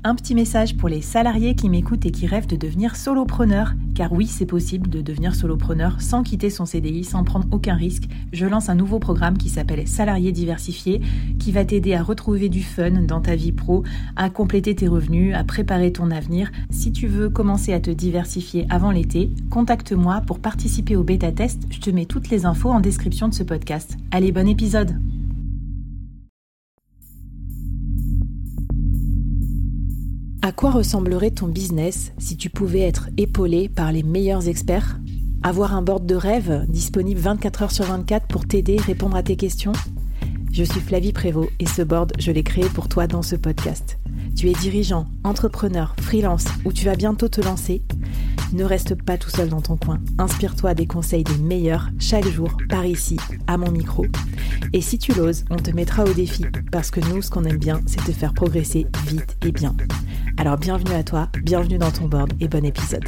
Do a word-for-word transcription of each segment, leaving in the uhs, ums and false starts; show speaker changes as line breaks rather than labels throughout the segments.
Un petit message pour les salariés qui m'écoutent et qui rêvent de devenir solopreneur. Car oui, c'est possible de devenir solopreneur sans quitter son C D I, sans prendre aucun risque. Je lance un nouveau programme qui s'appelle Salariés diversifiés, qui va t'aider à retrouver du fun dans ta vie pro, à compléter tes revenus, à préparer ton avenir. Si tu veux commencer à te diversifier avant l'été, contacte-moi pour participer au bêta-test. Je te mets toutes les infos en description de ce podcast. Allez, bon épisode! À quoi ressemblerait ton business si tu pouvais être épaulé par les meilleurs experts ? Avoir un board de rêve disponible vingt-quatre heures sur vingt-quatre pour t'aider, répondre à tes questions ? Je suis Flavie Prévost et ce board, je l'ai créé pour toi dans ce podcast. Tu es dirigeant, entrepreneur, freelance ou tu vas bientôt te lancer ? Ne reste pas tout seul dans ton coin. Inspire-toi des conseils des meilleurs chaque jour par ici, à mon micro. Et si tu l'oses, on te mettra au défi parce que nous, ce qu'on aime bien, c'est te faire progresser vite et bien. Alors bienvenue à toi, bienvenue dans ton board et bon épisode.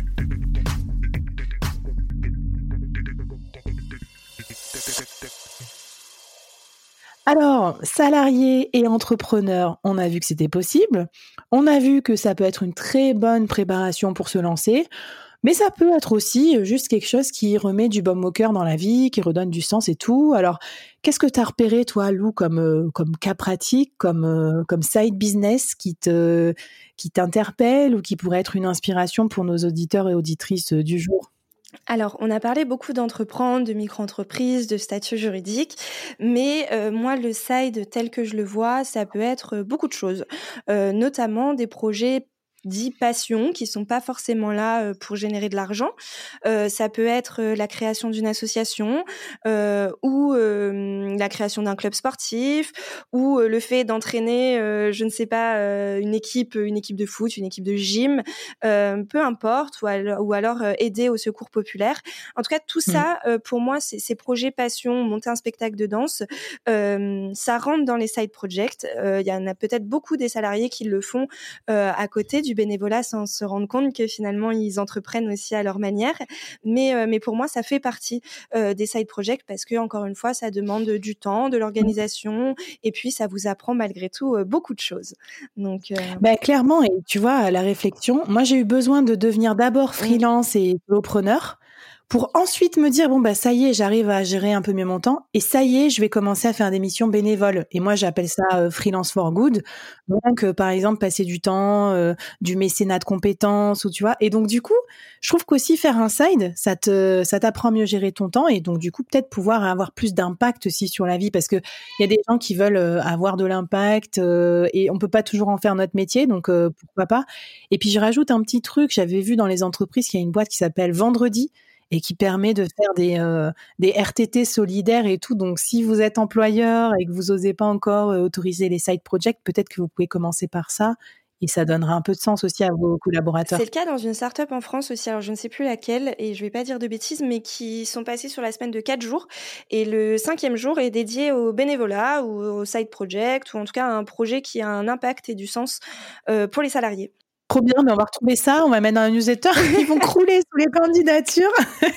Alors, salarié et entrepreneur, on a vu que c'était possible. On a vu que ça peut être une très bonne préparation pour se lancer. Mais ça peut être aussi juste quelque chose qui remet du baume au cœur dans la vie, qui redonne du sens et tout. Alors, qu'est-ce que tu as repéré, toi, Lou, comme, euh, comme cas pratique, comme, euh, comme side business qui, te, qui t'interpelle ou qui pourrait être une inspiration pour nos auditeurs et auditrices euh, du jour ?
Alors, on a parlé beaucoup d'entreprendre, de micro-entreprises, de statut juridique, mais euh, moi, le side tel que je le vois, ça peut être beaucoup de choses, euh, notamment des projets dits passion, qui sont pas forcément là euh, pour générer de l'argent. Euh, ça peut être euh, la création d'une association euh, ou euh, la création d'un club sportif ou euh, le fait d'entraîner, euh, je ne sais pas, euh, une équipe, une équipe de foot, une équipe de gym, euh, peu importe, ou alors, ou alors euh, aider au secours populaire. En tout cas, tout ça, euh, pour moi, c'est ces projets passion, monter un spectacle de danse, euh, ça rentre dans les side projects. Il euh, y en a peut-être beaucoup des salariés qui le font euh, à côté du bénévolat sans se rendre compte que finalement ils entreprennent aussi à leur manière, mais euh, mais pour moi ça fait partie euh, des side projects parce que encore une fois ça demande du temps, de l'organisation et puis ça vous apprend malgré tout euh, beaucoup de choses. Donc euh...
ben, clairement, et tu vois la réflexion, moi j'ai eu besoin de devenir d'abord freelance et solopreneur pour ensuite me dire, bon, bah, ça y est, j'arrive à gérer un peu mieux mon temps, et ça y est, je vais commencer à faire des missions bénévoles. Et moi, j'appelle ça euh, freelance for good. Donc, euh, par exemple, passer du temps, euh, du mécénat de compétences, ou tu vois. Et donc, du coup, je trouve qu'aussi faire un side, ça te, ça t'apprend à mieux gérer ton temps, et donc, du coup, peut-être pouvoir avoir plus d'impact aussi sur la vie, parce que il y a des gens qui veulent euh, avoir de l'impact, euh, et on peut pas toujours en faire notre métier, donc euh, pourquoi pas. Et puis, je rajoute un petit truc, j'avais vu dans les entreprises qu'il y a une boîte qui s'appelle Vendredi, et qui permet de faire des, euh, des R T T solidaires et tout. Donc, si vous êtes employeur et que vous osez pas encore euh, autoriser les side projects, peut-être que vous pouvez commencer par ça et ça donnera un peu de sens aussi à vos collaborateurs.
C'est le cas dans une start-up en France aussi, alors je ne sais plus laquelle et je vais pas dire de bêtises, mais qui sont passés sur la semaine de quatre jours et le cinquième jour est dédié au bénévolat ou au side project ou en tout cas à un projet qui a un impact et du sens euh, pour les salariés.
Trop bien, mais on va retrouver ça, on va mettre dans un newsletter, ils vont crouler sous les candidatures.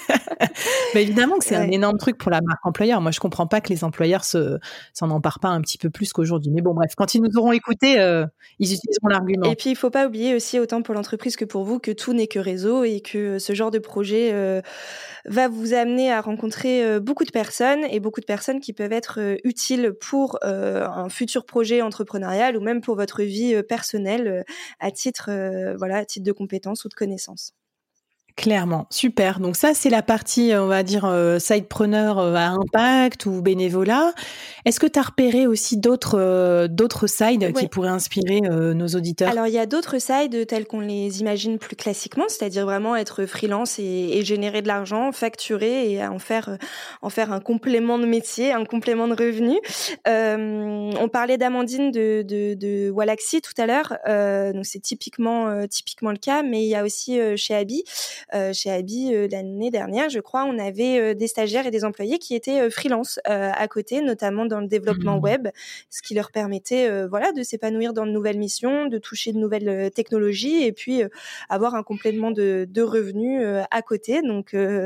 Mais évidemment que c'est ouais. un énorme truc pour la marque employeur. Moi, je comprends pas que les employeurs se, s'en emparent pas un petit peu plus qu'aujourd'hui. Mais bon, bref, quand ils nous auront écoutés, euh, ils utiliseront l'argument.
Et puis, il faut pas oublier aussi, autant pour l'entreprise que pour vous, que tout n'est que réseau et que ce genre de projet euh, va vous amener à rencontrer euh, beaucoup de personnes et beaucoup de personnes qui peuvent être euh, utiles pour euh, un futur projet entrepreneurial ou même pour votre vie euh, personnelle euh, à titre, euh, voilà, à titre de compétences ou de connaissances.
Clairement, super. Donc ça, c'est la partie, on va dire, euh, sidepreneur euh, à impact ou bénévolat. Est-ce que tu as repéré aussi d'autres, euh, d'autres sides ouais. qui pourraient inspirer euh, nos auditeurs ?
Alors, il y a d'autres sides tels qu'on les imagine plus classiquement, c'est-à-dire vraiment être freelance et, et générer de l'argent, facturer et en faire, en faire un complément de métier, un complément de revenu. Euh, on parlait d'Amandine de, de, de Walaxy tout à l'heure, euh, donc c'est typiquement, euh, typiquement le cas, mais il y a aussi euh, chez Abi, Euh, chez Abi euh, l'année dernière, je crois, on avait euh, des stagiaires et des employés qui étaient euh, freelance euh, à côté, notamment dans le développement mmh. web, ce qui leur permettait euh, voilà, de s'épanouir dans de nouvelles missions, de toucher de nouvelles euh, technologies et puis euh, avoir un complément de, de revenus euh, à côté. Donc, euh, donc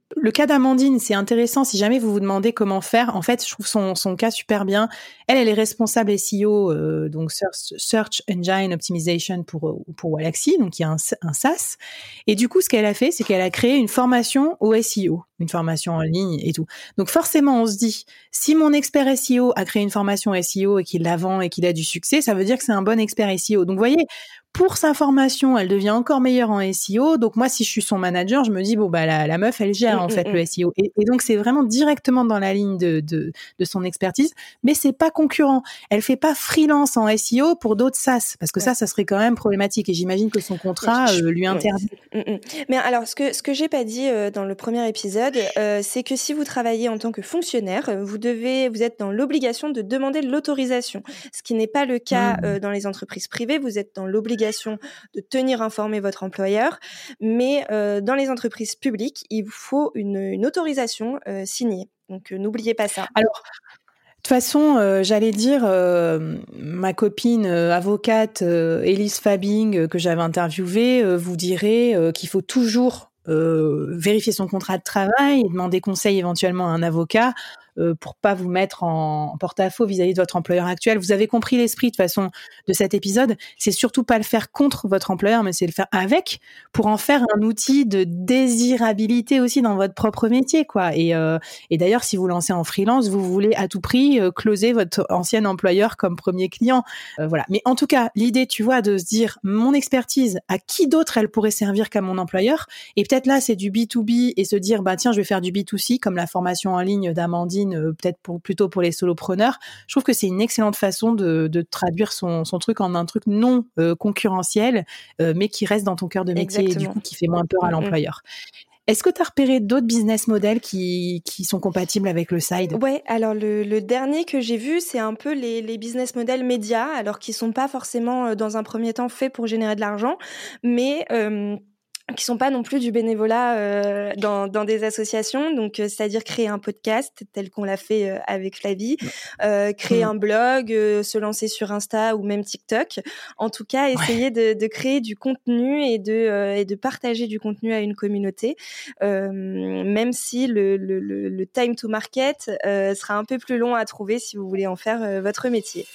le cas d'Amandine, c'est intéressant si jamais vous vous demandez comment faire. En fait, je trouve son, son cas super bien. Elle, elle est responsable S E O, euh, donc Search, Search Engine Optimization pour, pour Wallaxy, donc il y a un, un SaaS. Et du coup, ce qu'elle a fait, c'est qu'elle a créé une formation au S E O, une formation en ligne et tout. Donc forcément, on se dit, si mon expert S E O a créé une formation S E O et qu'il la vend et qu'il a du succès, ça veut dire que c'est un bon expert S E O. Donc vous voyez, pour sa formation, elle devient encore meilleure en S E O. Donc moi, si je suis son manager, je me dis bon bah la, la meuf, elle gère en fait le S E O. Et, et donc c'est vraiment directement dans la ligne de, de de son expertise. Mais c'est pas concurrent. Elle fait pas freelance en S E O pour d'autres SaaS parce que ouais. ça, ça serait quand même problématique. Et j'imagine que son contrat euh, lui interdit.
Oui. Mais alors ce que ce que j'ai pas dit euh, dans le premier épisode, euh, c'est que si vous travaillez en tant que fonctionnaire, vous devez, vous êtes dans l'obligation de demander l'autorisation, ce qui n'est pas le cas mmh. euh, dans les entreprises privées. Vous êtes dans l'obligation de tenir informé votre employeur, mais euh, dans les entreprises publiques, il vous faut une, une autorisation euh, signée. Donc, euh, n'oubliez pas ça.
Alors, de toute façon, euh, j'allais dire, euh, ma copine euh, avocate euh, Elise Fabing, euh, que j'avais interviewée, euh, vous dirait euh, qu'il faut toujours euh, vérifier son contrat de travail et demander conseil éventuellement à un avocat euh, pour pas vous mettre en, en porte-à-faux vis-à-vis de votre employeur actuel. Vous avez compris l'esprit de toute façon de cet épisode. C'est surtout pas le faire contre votre employeur, mais c'est le faire avec pour en faire un outil de désirabilité aussi dans votre propre métier, quoi. Et, euh, et d'ailleurs, si vous lancez en freelance, vous voulez à tout prix euh, closer votre ancien employeur comme premier client. Euh, voilà. Mais en tout cas, l'idée, tu vois, de se dire mon expertise, à qui d'autre elle pourrait servir qu'à mon employeur? Et peut-être là, c'est du B deux B et se dire, bah tiens, je vais faire du B deux C comme la formation en ligne d'Amandine, euh, peut-être pour, plutôt pour les solopreneurs. Je trouve que c'est une excellente façon de, de traduire son, son truc en un truc non euh, concurrentiel, euh, mais qui reste dans ton cœur de métier. Exactement. Et du coup, qui fait moins peur à l'employeur. Est-ce que tu as repéré d'autres business models qui, qui sont compatibles avec le side?
Ouais, alors le, le dernier que j'ai vu, c'est un peu les, les business models médias, alors qui sont pas forcément dans un premier temps faits pour générer de l'argent, mais euh, qui sont pas non plus du bénévolat euh, dans, dans des associations, donc euh, c'est-à-dire créer un podcast tel qu'on l'a fait euh, avec Flavie, euh, créer mmh. un blog, euh, se lancer sur Insta ou même TikTok. En tout cas, essayer ouais. de, de créer du contenu et de euh, et de partager du contenu à une communauté, euh, même si le, le, le, le time to market euh, sera un peu plus long à trouver si vous voulez en faire euh, votre métier.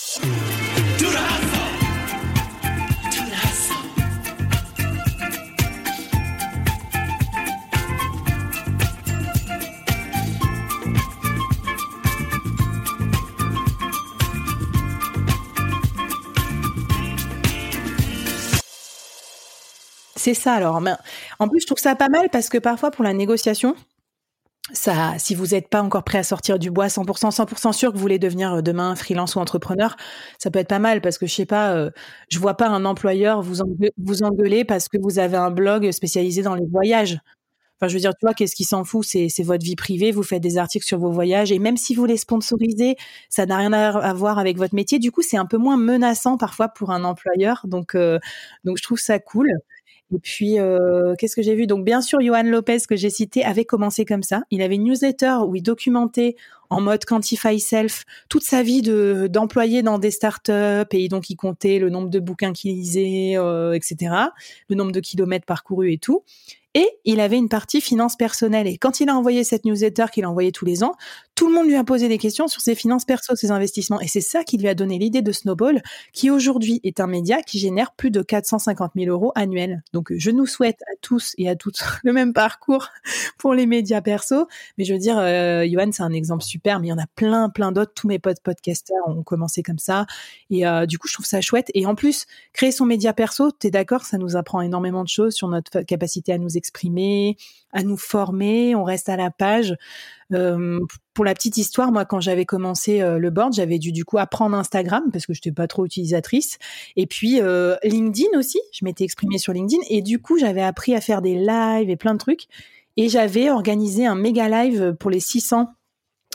C'est ça alors. Mais en plus, je trouve ça pas mal parce que parfois pour la négociation, ça, si vous n'êtes pas encore prêt à sortir du bois cent pour cent, cent pour cent sûr que vous voulez devenir demain freelance ou entrepreneur, ça peut être pas mal parce que je sais pas, euh, je vois pas un employeur vous engueuler, vous engueuler parce que vous avez un blog spécialisé dans les voyages. Enfin, je veux dire, tu vois, qu'est-ce qui s'en fout? C'est, c'est votre vie privée. Vous faites des articles sur vos voyages et même si vous les sponsorisez, ça n'a rien à voir avec votre métier. Du coup, c'est un peu moins menaçant parfois pour un employeur. Donc, euh, donc je trouve ça cool. Et puis, euh, qu'est-ce que j'ai vu? Donc, bien sûr, Johan Lopez, que j'ai cité, avait commencé comme ça. Il avait une newsletter où il documentait en mode Quantify Self toute sa vie de, d'employé dans des startups. Et donc, il comptait le nombre de bouquins qu'il lisait, euh, et cetera, le nombre de kilomètres parcourus et tout. Et il avait une partie finance personnelle. Et quand il a envoyé cette newsletter qu'il envoyait tous les ans, tout le monde lui a posé des questions sur ses finances perso, ses investissements. Et c'est ça qui lui a donné l'idée de Snowball, qui aujourd'hui est un média qui génère plus de quatre cent cinquante mille euros annuels. Donc, je nous souhaite à tous et à toutes le même parcours pour les médias perso. Mais je veux dire, euh, Johan, c'est un exemple super, mais il y en a plein, plein d'autres. Tous mes potes podcasters ont commencé comme ça. Et euh, du coup, je trouve ça chouette. Et en plus, créer son média perso, t'es d'accord, ça nous apprend énormément de choses sur notre capacité à nous exprimer, à nous former, on reste à la page. Euh, pour la petite histoire, moi, quand j'avais commencé euh, le board, j'avais dû du coup apprendre Instagram parce que je n'étais pas trop utilisatrice. Et puis euh, LinkedIn aussi, je m'étais exprimée sur LinkedIn et du coup, j'avais appris à faire des lives et plein de trucs. Et j'avais organisé un méga live pour les six cents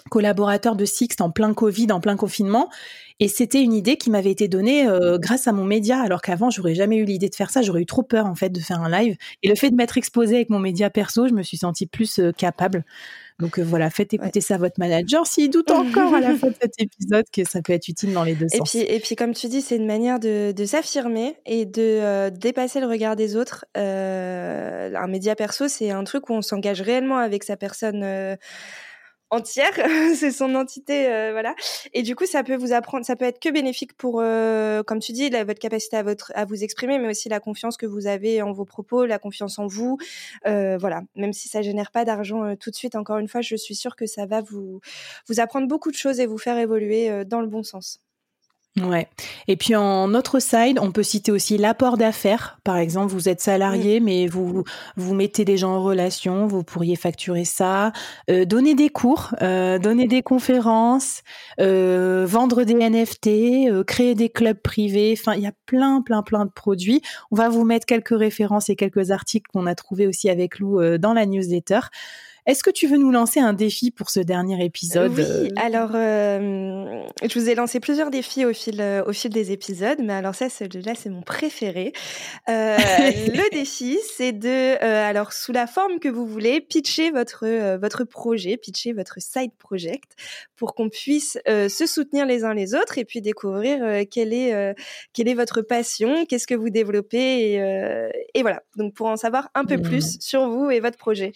collaborateur de Sixt en plein Covid, en plein confinement. Et c'était une idée qui m'avait été donnée euh, grâce à mon média, alors qu'avant, j'aurais jamais eu l'idée de faire ça. J'aurais eu trop peur, en fait, de faire un live. Et le fait de m'être exposée avec mon média perso, je me suis sentie plus euh, capable. Donc euh, voilà, faites écouter ouais. ça à votre manager s'il doute encore à la fin de cet épisode que ça peut être utile dans les deux
et
sens.
Puis, et puis, comme tu dis, c'est une manière de, de s'affirmer et de euh, dépasser le regard des autres. Euh, un média perso, c'est un truc où on s'engage réellement avec sa personne euh, entière, c'est son entité, euh, voilà. Et du coup, ça peut vous apprendre, ça peut être que bénéfique pour, euh, comme tu dis, la, votre capacité à, votre, à vous exprimer, mais aussi la confiance que vous avez en vos propos, la confiance en vous, euh, voilà. Même si ça génère pas d'argent euh, tout de suite, encore une fois, je suis sûre que ça va vous, vous apprendre beaucoup de choses et vous faire évoluer euh, dans le bon sens.
Ouais. Et puis en autre side, on peut citer aussi l'apport d'affaires. Par exemple, vous êtes salarié, mmh. mais vous vous mettez des gens en relation, vous pourriez facturer ça, euh, donner des cours, euh, donner des conférences, euh, vendre des N F T, euh, créer des clubs privés. Enfin, il y a plein, plein, plein de produits. On va vous mettre quelques références et quelques articles qu'on a trouvés aussi avec Lou euh, dans la newsletter. Est-ce que tu veux nous lancer un défi pour ce dernier épisode ?
Oui, alors euh, je vous ai lancé plusieurs défis au fil, euh, au fil des épisodes, mais alors ça, celui-là, c'est mon préféré. Euh, le défi, c'est de, euh, alors sous la forme que vous voulez, pitcher votre, euh, votre projet, pitcher votre side project pour qu'on puisse euh, se soutenir les uns les autres et puis découvrir euh, quelle est, euh, quelle est votre passion, qu'est-ce que vous développez et, euh, et voilà. Donc pour en savoir un peu mmh. plus sur vous et votre projet.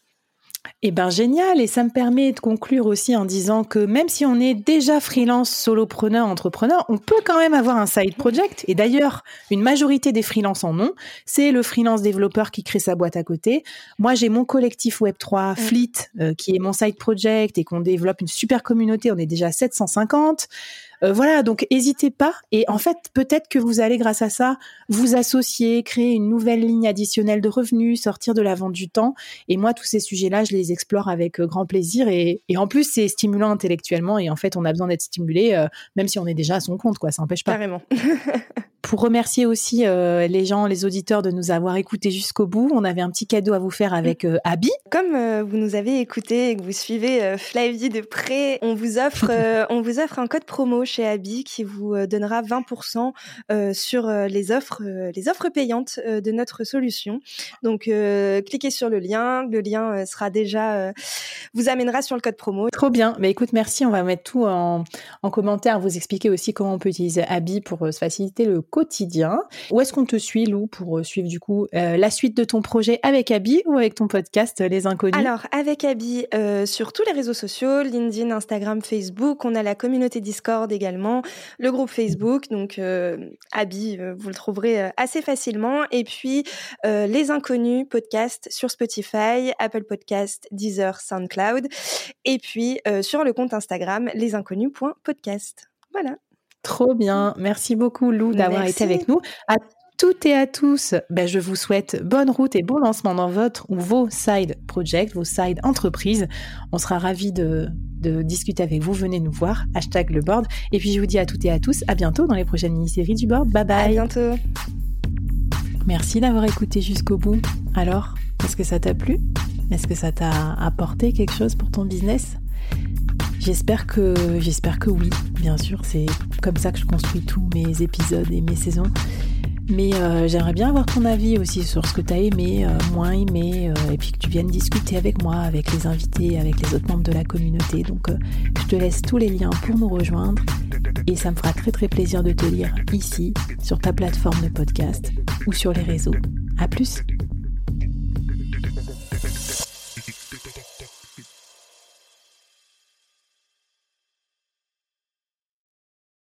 Eh ben génial, et ça me permet de conclure aussi en disant que même si on est déjà freelance, solopreneur, entrepreneur, on peut quand même avoir un side project. Et d'ailleurs, une majorité des freelances en ont. C'est le freelance développeur qui crée sa boîte à côté. Moi, j'ai mon collectif web trois, Fleet, euh, qui est mon side project et qu'on développe une super communauté. On est déjà sept cent cinquante. Euh, voilà, donc n'hésitez pas. Et en fait, peut-être que vous allez, grâce à ça, vous associer, créer une nouvelle ligne additionnelle de revenus, sortir de la vente du temps. Et moi, tous ces sujets-là, je les explore avec grand plaisir. Et, et en plus, c'est stimulant intellectuellement. Et en fait, on a besoin d'être stimulé, euh, même si on est déjà à son compte, quoi. Ça n'empêche pas.
Carrément.
Pour remercier aussi euh, les gens, les auditeurs de nous avoir écoutés jusqu'au bout, on avait un petit cadeau à vous faire avec euh, Abby.
Comme euh, vous nous avez écoutés et que vous suivez euh, Flavie de près, on vous offre, euh, on vous offre un code promo chez Abby qui vous euh, donnera vingt pour cent euh, sur euh, les offres, euh, les offres payantes euh, de notre solution. Donc, euh, cliquez sur le lien. Le lien euh, sera déjà, euh, vous amènera sur le code promo.
Trop bien. Mais écoute, merci. On va mettre tout en, en commentaire. Vous expliquer aussi comment on peut utiliser Abby pour euh, se faciliter le quotidien. Où est-ce qu'on te suit, Lou, pour euh, suivre du coup euh, la suite de ton projet avec Abby ou avec ton podcast euh, Les Inconnus ?
Alors, avec Abby, euh, sur tous les réseaux sociaux, LinkedIn, Instagram, Facebook, on a la communauté Discord également, le groupe Facebook, donc euh, Abby, euh, vous le trouverez euh, assez facilement. Et puis, euh, Les Inconnus podcast sur Spotify, Apple Podcast, Deezer, SoundCloud. Et puis, euh, sur le compte Instagram, lesinconnus point podcast. Voilà.
Trop bien. Merci beaucoup, Lou, d'avoir Merci. été avec nous. À toutes et à tous, ben, je vous souhaite bonne route et bon lancement dans votre ou vos side projects, vos side entreprises. On sera ravis de, de discuter avec vous. Venez nous voir. Hashtag le board. Et puis, je vous dis à toutes et à tous, à bientôt dans les prochaines mini-séries du board. Bye bye.
À bientôt.
Merci d'avoir écouté jusqu'au bout. Alors, est-ce que ça t'a plu ? Est-ce que ça t'a apporté quelque chose pour ton business ? J'espère que, j'espère que oui, bien sûr, c'est comme ça que je construis tous mes épisodes et mes saisons. Mais euh, j'aimerais bien avoir ton avis aussi sur ce que tu as aimé, euh, moins aimé, euh, et puis que tu viennes discuter avec moi, avec les invités, avec les autres membres de la communauté. Donc euh, je te laisse tous les liens pour nous rejoindre et ça me fera très très plaisir de te lire ici, sur ta plateforme de podcast ou sur les réseaux. À plus!